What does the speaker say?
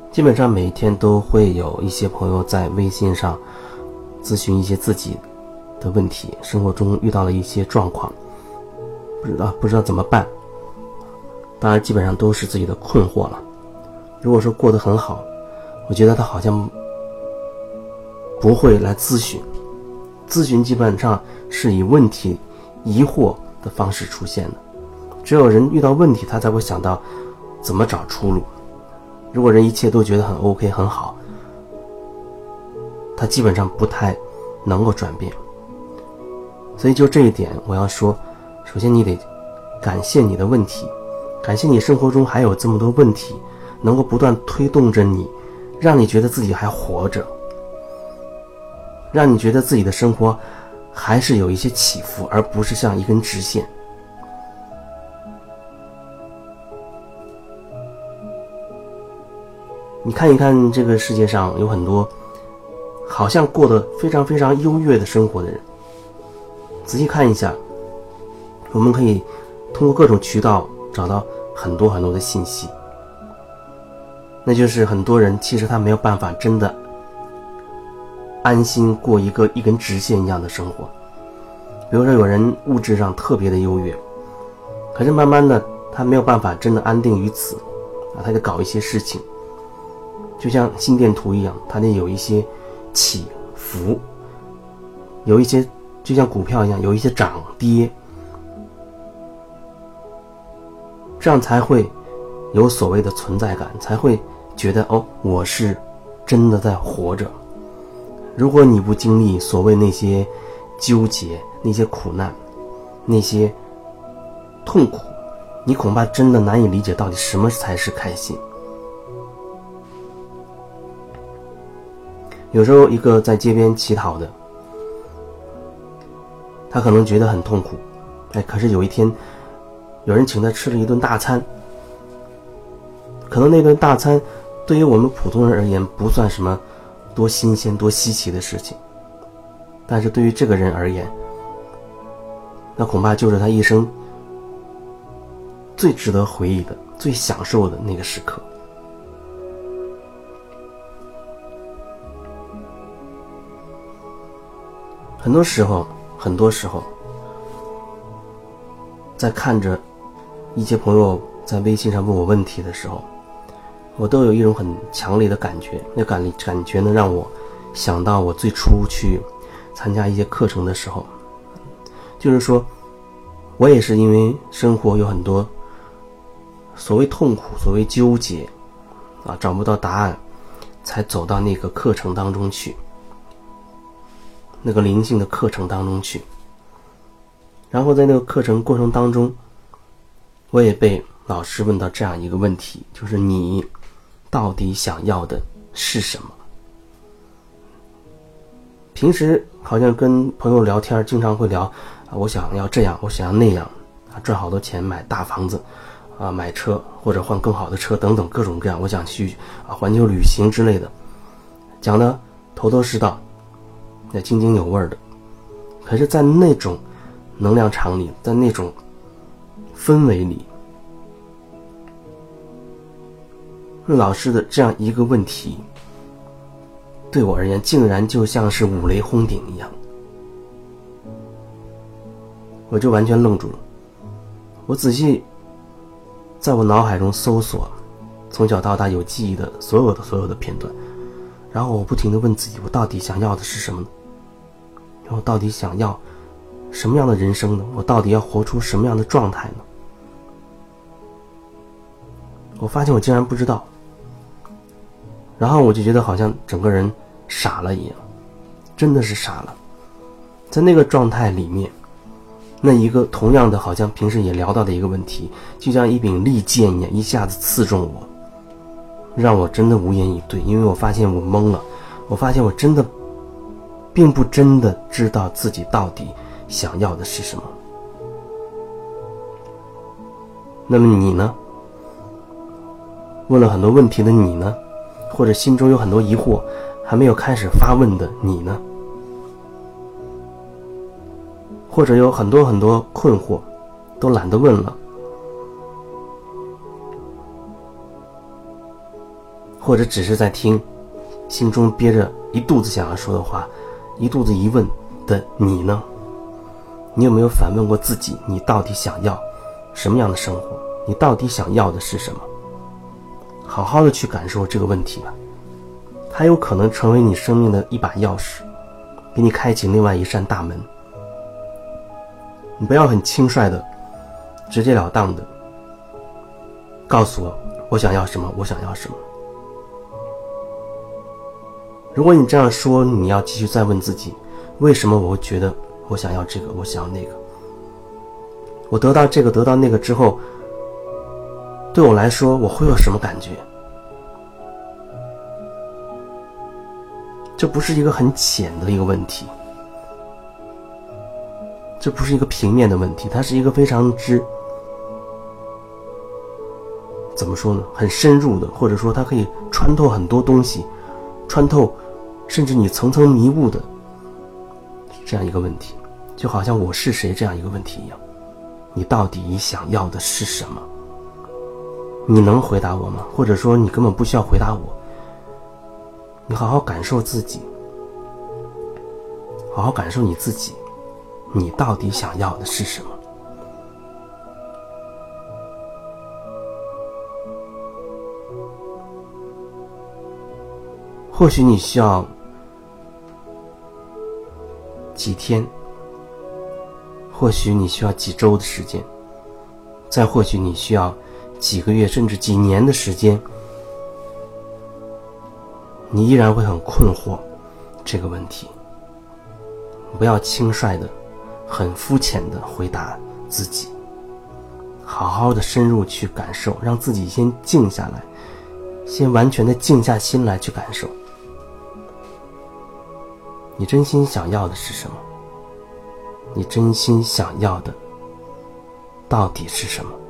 基本上每一天都会有一些朋友在微信上咨询一些自己的问题，生活中遇到了一些状况，不知道怎么办。当然基本上都是自己的困惑了。如果说过得很好，我觉得他好像不会来咨询，咨询基本上是以问题疑惑的方式出现的，只有人遇到问题他才会想到怎么找出路。如果人一切都觉得很 OK 很好，他基本上不太能够转变。所以就这一点我要说，首先你得感谢你的问题，感谢你生活中还有这么多问题能够不断推动着你，让你觉得自己还活着，让你觉得自己的生活还是有一些起伏，而不是像一根直线。你看一看这个世界上有很多好像过得非常非常优越的生活的人，仔细看一下，我们可以通过各种渠道找到很多很多的信息。那就是很多人其实他没有办法真的安心过一根直线一样的生活。比如说有人物质上特别的优越，可是慢慢的他没有办法真的安定于此他就搞一些事情，就像心电图一样，它得有一些起伏，有一些就像股票一样，有一些涨跌，这样才会有所谓的存在感，才会觉得我是真的在活着。如果你不经历所谓那些纠结，那些苦难，那些痛苦，你恐怕真的难以理解到底什么才是开心。有时候一个在街边乞讨的，他可能觉得很痛苦，可是有一天有人请他吃了一顿大餐，可能那顿大餐对于我们普通人而言不算什么多新鲜多稀奇的事情，但是对于这个人而言，那恐怕就是他一生最值得回忆的、最享受的那个时刻。很多时候在看着一些朋友在微信上问我问题的时候，我都有一种很强烈的感觉，那感觉呢让我想到我最初去参加一些课程的时候，就是说我也是因为生活有很多所谓痛苦，所谓纠结找不到答案，才走到那个课程当中去，那个灵性的课程当中去。然后在那个课程过程当中，我也被老师问到这样一个问题，就是你到底想要的是什么？平时好像跟朋友聊天经常会聊我想要这样，我想要那样赚好多钱，买大房子买车，或者换更好的车等等各种各样，我想去环球旅行之类的，讲的头头是道，津津有味的。可是在那种能量场里，在那种氛围里，老师的这样一个问题对我而言竟然就像是五雷轰顶一样，我就完全愣住了。我仔细在我脑海中搜索从小到大有记忆的所有的片段，然后我不停地问自己，我到底想要的是什么呢？我到底想要什么样的人生呢？我到底要活出什么样的状态呢？我发现我竟然不知道，然后我就觉得好像整个人傻了一样，真的是傻了。在那个状态里面，那一个同样的好像平时也聊到的一个问题，就像一柄利剑一样，一下子刺中我，让我真的无言以对。因为我发现我懵了，我发现我真的并不真的知道自己到底想要的是什么。那么你呢？问了很多问题的你呢？或者心中有很多疑惑还没有开始发问的你呢？或者有很多困惑都懒得问了， 或者只是在听心中憋着一肚子想要说的话，一肚子疑问的你呢？你有没有反问过自己，你到底想要什么样的生活？你到底想要的是什么？好好的去感受这个问题吧，它有可能成为你生命的一把钥匙，给你开启另外一扇大门。你不要很轻率的直截了当的告诉我，我想要什么，我想要什么。如果你这样说，你要继续再问自己，为什么我会觉得我想要这个，我想要那个？我得到这个得到那个之后，对我来说我会有什么感觉？这不是一个很浅的一个问题，这不是一个平面的问题，它是一个非常之怎么说呢，很深入的，或者说它可以穿透很多东西，穿透甚至你层层迷雾的这样一个问题，就好像我是谁这样一个问题一样。你到底想要的是什么？你能回答我吗？或者说你根本不需要回答我，你好好感受自己，好好感受你自己，你到底想要的是什么？或许你需要几天，或许你需要几周的时间，再或许你需要几个月甚至几年的时间，你依然会很困惑这个问题。不要轻率的很肤浅的回答自己，好好的深入去感受，让自己先静下来，先完全的静下心来去感受，你真心想要的是什么？你真心想要的到底是什么？